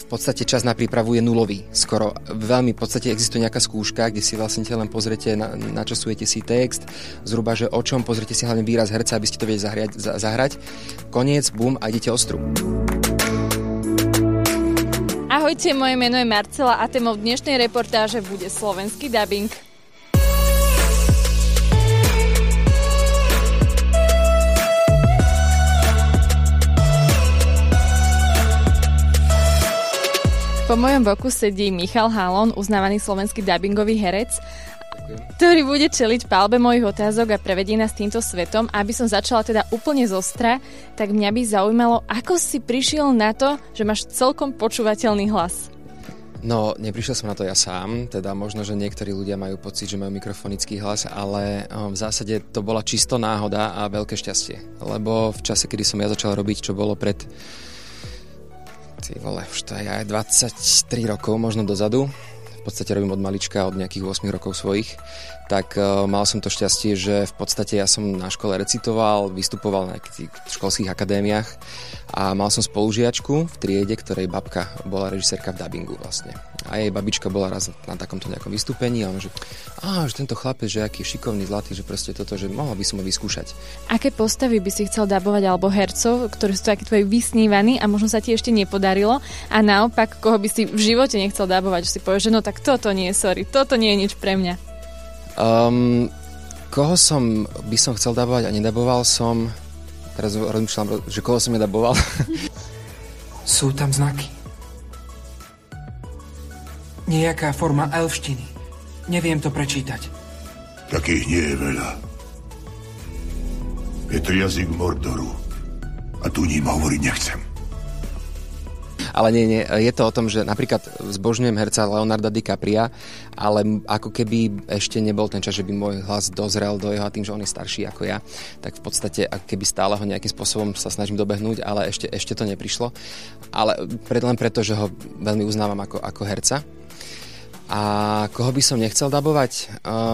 podstate čas na prípravu je nulový. Skoro veľmi v podstate existuje nejaká skúška, kde si vlastne len pozriete, načasujete si text, zhruba, že o čom, pozrite si hlavne výraz herca, aby ste to vedeli zahrať. Koniec, bum, a idete ostru. Ahojte, moje meno je Marcela a témou dnešnej reportáže bude slovenský dabing. Po mojom boku sedí Michal Halón, uznávaný slovenský dabingový herec, ktorý bude čeliť palbe mojich otázok a prevedie nás týmto svetom. Aby som začala teda úplne zostra, tak mňa by zaujímalo, ako si prišiel na to, že máš celkom počúvateľný hlas. No, neprišiel som na to ja sám, teda možno, že niektorí ľudia majú pocit, že majú mikrofonický hlas, ale v zásade to bola čisto náhoda a veľké šťastie. Lebo v čase, kedy som ja začal robiť, čo bolo pred... už to je aj 23 rokov možno dozadu, v podstate robím od malička, od nejakých 8 rokov svojich, tak mal som to šťastie, že v podstate ja som na škole recitoval, vystupoval na nejakých školských akadémiách a mal som spolužiačku v triede, ktorej babka bola režisérka v dabingu vlastne. A jej babička bola raz na takomto nejakom vystúpení a ona, že tento chlapec, že aký šikovný, zlatý, že proste toto, že mohol by som ho vyskúšať. Aké postavy by si chcel dabovať, alebo hercov, ktorí sú takí tvoji vysnívaní a možno sa ti ešte nepodarilo, a naopak, koho by si v živote nechcel dabovať, že si povieš, že no tak toto nie, sorry, toto nie je nič pre mňa. Koho by som chcel dabovať a nedaboval som, teraz rozmýšľam, že koho som nedaboval. Sú tam znaky. Nejaká forma elfštiny. Neviem to prečítať. Takých nie je veľa. Je to jazyk Mordoru. A tu ním hovoriť nechcem. Ale nie, je to o tom, že napríklad zbožňujem herca Leonarda DiCapria, ale ako keby ešte nebol ten čas, že by môj hlas dozrel do jeho, a tým, že on je starší ako ja, tak v podstate ako keby stále ho nejakým spôsobom sa snažím dobehnúť, ale ešte to neprišlo. Ale len preto, že ho veľmi uznávam ako herca. A koho by som nechcel dabovať?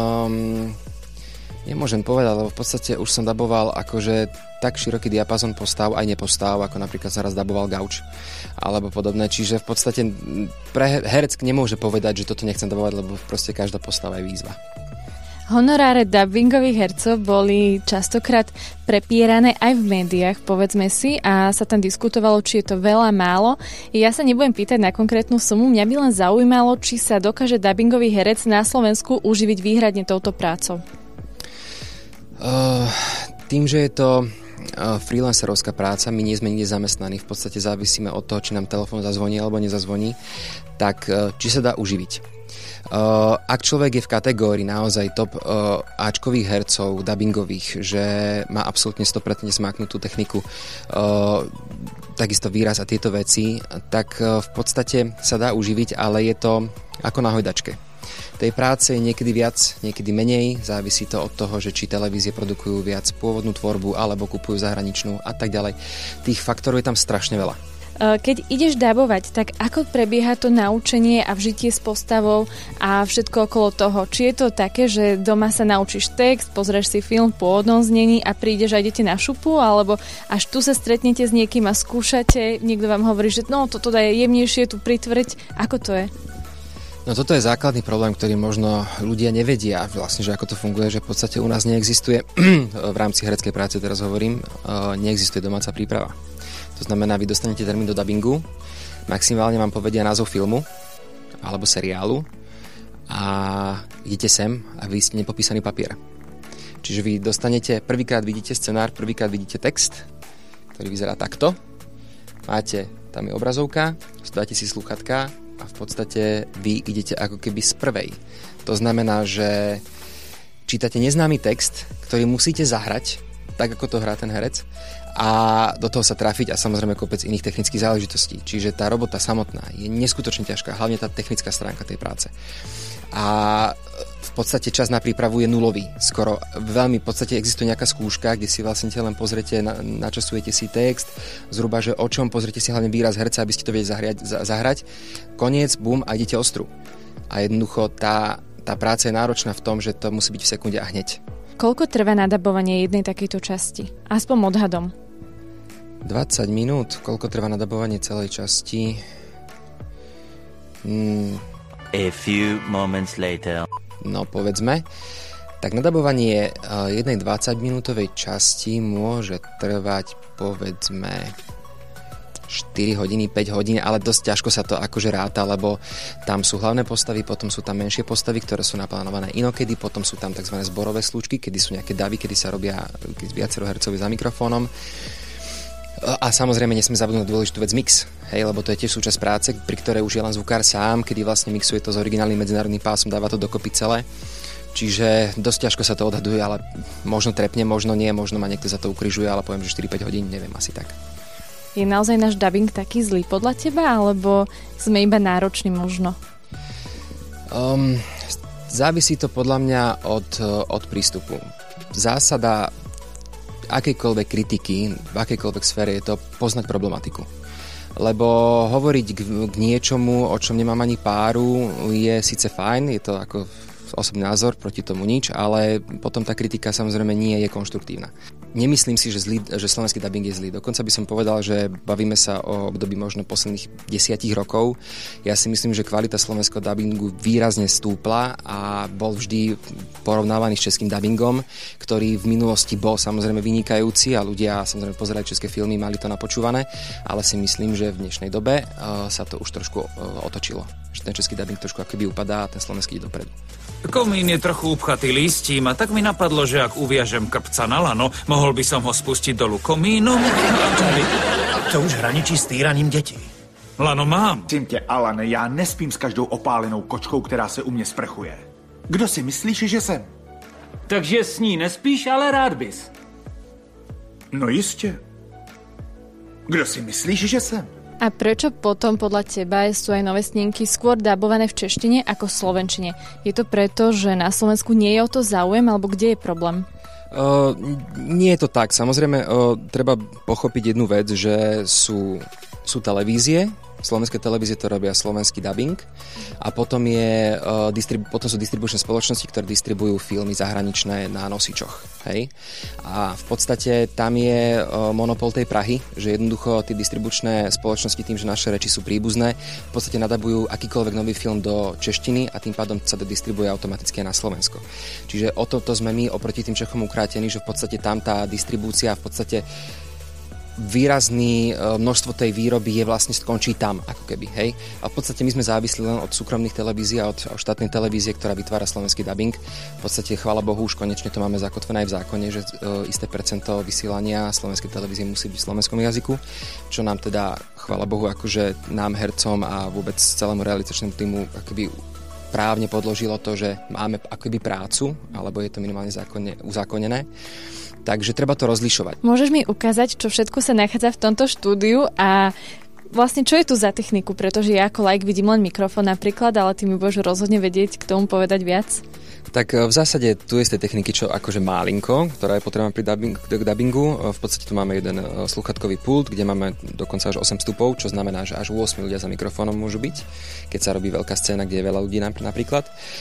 Nemôžem povedať, lebo v podstate už som daboval akože tak široký diapazon postav, aj nepostav, ako napríklad som raz daboval Gauč alebo podobné. Čiže v podstate pre herec nemôže povedať, že toto nechcem dabovať, lebo proste každá postava je výzva. Honoráre dabingových hercov boli častokrát prepierané aj v médiách, povedzme si, a sa tam diskutovalo, či je to veľa, málo. Ja sa nebudem pýtať na konkrétnu sumu, mňa by len zaujímalo, či sa dokáže dabingový herec na Slovensku uživiť výhradne touto prácou. Tým, že je to freelancerovská práca, my nie sme nikde zamestnaní, v podstate závisíme od toho, či nám telefón zazvoní alebo nezazvoní, tak či sa dá uživiť. Ak človek je v kategórii naozaj top áčkových hercov, dabingových, že má absolútne 100% smáknutú techniku, takisto výraz a tieto veci, tak v podstate sa dá uživiť, ale je to ako na hojdačke. Tej práce je niekedy viac, niekedy menej, závisí to od toho, že či televízie produkujú viac pôvodnú tvorbu alebo kupujú zahraničnú a tak ďalej. Tých faktorov je tam strašne veľa. Keď ideš dabovať, tak ako prebieha to naučenie a vžitie s postavou a všetko okolo toho? Či je to také, že doma sa naučíš text, pozrieš si film v pôvodnom znení a prídeš a idete na šupu, alebo až tu sa stretnete s niekým a skúšate, niekto vám hovorí, že no toto je jemnejšie, tu pritvrť. Ako to je? No toto je základný problém, ktorý možno ľudia nevedia vlastne, že ako to funguje, že v podstate u nás neexistuje, v rámci hereckej práce teraz hovorím, neexistuje domáca príprava. To znamená, vy dostanete termín do dabingu, maximálne vám povedia názov filmu alebo seriálu a idete sem a vy ste nepopísaný papier. Čiže vy dostanete, prvýkrát vidíte scenár, prvýkrát vidíte text, ktorý vyzerá takto. Tam je obrazovka, dáte si slúchatka a v podstate vy idete ako keby z prvej. To znamená, že čítate neznámy text, ktorý musíte zahrať, tak ako to hrá ten herec, a do toho sa trafiť a samozrejme kopec iných technických záležitostí. Čiže tá robota samotná je neskutočne ťažká, hlavne tá technická stránka tej práce. A v podstate čas na prípravu je nulový. Skoro veľmi v podstate existuje nejaká skúška, kde si vlastne len pozriete, načasujete si text, zhruba, že o čom, pozrite si hlavne výraz herca, aby ste to vedeli zahrať. Koniec, bum, a idete ostru. A jednoducho tá práca je náročná v tom, že to musí byť v sekunde a hneď. Koľko trvá nadabovanie jednej takejto časti? Aspoň odhadom. 20 minút. Koľko trvá nadabovanie celej časti? A few moments later. No, povedzme. Tak nadabovanie jednej 20-minútovej časti môže trvať, povedzme, 4 hodiny, 5 hodín, ale dosť ťažko sa to akože ráta, lebo tam sú hlavné postavy, potom sú tam menšie postavy, ktoré sú naplánované inokedy, potom sú tam tzv. Zborové slučky, kedy sú nejaké davy, kedy sa robia viacero hercov za mikrofónom. A samozrejme nesme zabudnúť na dôležitú vec mix, hej, lebo to je tiež súčasť práce, pri ktorej už je len zvukár sám, kedy vlastne mixuje to s originálnym medzinárodným pásom, dáva to dokopy celé. Čiže dosť ťažko sa to odhaduje, ale možno trepne, možno nie, možno ma niekto za to ukrižuje, ale poviem, že 4-5 hodín, neviem, asi tak. Je naozaj náš dubbing taký zlý podľa teba, alebo sme iba nároční možno? Závisí to podľa mňa od prístupu. Zásada akejkoľvek kritiky, v akejkoľvek sfére je to poznať problematiku. Lebo hovoriť k niečomu, o čom nemám ani páru, je síce fajn, je to ako osobný názor, proti tomu nič, ale potom tá kritika samozrejme nie je konštruktívna. Nemyslím si, že slovenský dubbing je zlý. Dokonca by som povedal, že bavíme sa o období možno posledných 10 rokov. Ja si myslím, že kvalita slovenského dubbingu výrazne stúpla a bol vždy porovnávaný s českým dubbingom, ktorý v minulosti bol samozrejme vynikajúci a ľudia samozrejme pozerali české filmy, mali to napočúvané, ale si myslím, že v dnešnej dobe sa to už trošku otočilo. Že ten český dubbing trošku akoby upadá a ten slovenský ide dopredu. Komín je trochu upchatý listím a tak mi napadlo, že ak uviažem krpca na lano, mohol by som ho spustiť dolu komínom. To už hraničí s týraním dětí. Lano mám. Prosím tě, Alane, já nespím s každou opálenou kočkou, která se u mě sprchuje. Kdo si myslíš, že jsem? Takže s ní nespíš, ale rád bys. No jistě. Kdo si myslíš, že jsem? A prečo potom podľa teba sú aj nové snímky skôr dabované v češtine ako v slovenčine? Je to preto, že na Slovensku nie je o to záujem, alebo kde je problém? Nie je to tak. Samozrejme, treba pochopiť jednu vec, že sú televízie, slovenské televízie to robia slovenský dubbing a potom sú distribučné spoločnosti, ktoré distribujú filmy zahraničné na nosičoch. Hej? A v podstate tam je monopol tej Prahy, že jednoducho tie distribučné spoločnosti tým, že naše reči sú príbuzné, v podstate nadabujú akýkoľvek nový film do češtiny a tým pádom sa to distribuje automaticky na Slovensko. Čiže o toto sme my oproti tým Čechom ukrátení, že v podstate tam tá distribúcia v podstate výrazný množstvo tej výroby je vlastne skončí tam, ako keby, hej. A v podstate my sme závislí len od súkromných televízií a od štátnej televízie, ktorá vytvára slovenský dubbing. V podstate, chvála Bohu, už konečne to máme zakotvené aj v zákone, že isté percento vysielania slovenskej televízie musí byť v slovenskom jazyku, čo nám teda, chvála Bohu, akože nám, hercom a vôbec celému realizačnému týmu akoby právne podložilo to, že máme akoby prácu, alebo je to minimálne uzákonené. Takže treba to rozlišovať. Môžeš mi ukázať, čo všetko sa nachádza v tomto štúdiu a vlastne čo je tu za techniku? Pretože ja ako like vidím len mikrofón napríklad, ale ty mi budeš rozhodne vedieť k tomu povedať viac. Tak v zásade tu je z tej techniky, čo akože málinko, ktorá je potrebná pri dubbingu. V podstate tu máme jeden slúchadkový pult, kde máme dokonca až 8 vstupov, čo znamená, že až 8 ľudia za mikrofónom môžu byť, keď sa robí veľká scéna, kde je veľa ľudí napríklad.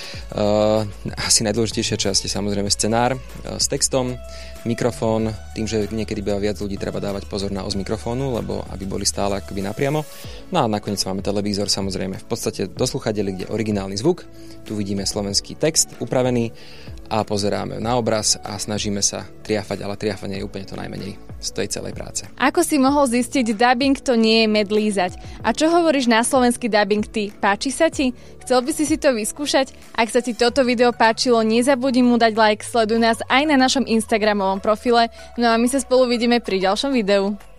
Asi najdôležitejšia časť je samozrejme scenár s textom, mikrofón, tým, že niekedy býva viac ľudí, treba dávať pozor na os mikrofónu, lebo aby boli stále akoby napriamo. No a nakoniec máme televízor, samozrejme. V podstate do slúchadiel, kde je originálny zvuk, tu vidíme slovenský text upravený a pozeráme na obraz a snažíme sa triafať, ale triafanie je úplne to najmenej z tej celej práce. Ako si mohol zistiť, dubbing to nie je med lízať. A čo hovoríš na slovenský dubbing ty? Páči sa ti? Chcel by si to vyskúšať? Ak sa ti toto video páčilo, nezabudni mu dať like, sleduj nás aj na našom Instagramovom profile. No a my sa spolu vidíme pri ďalšom videu.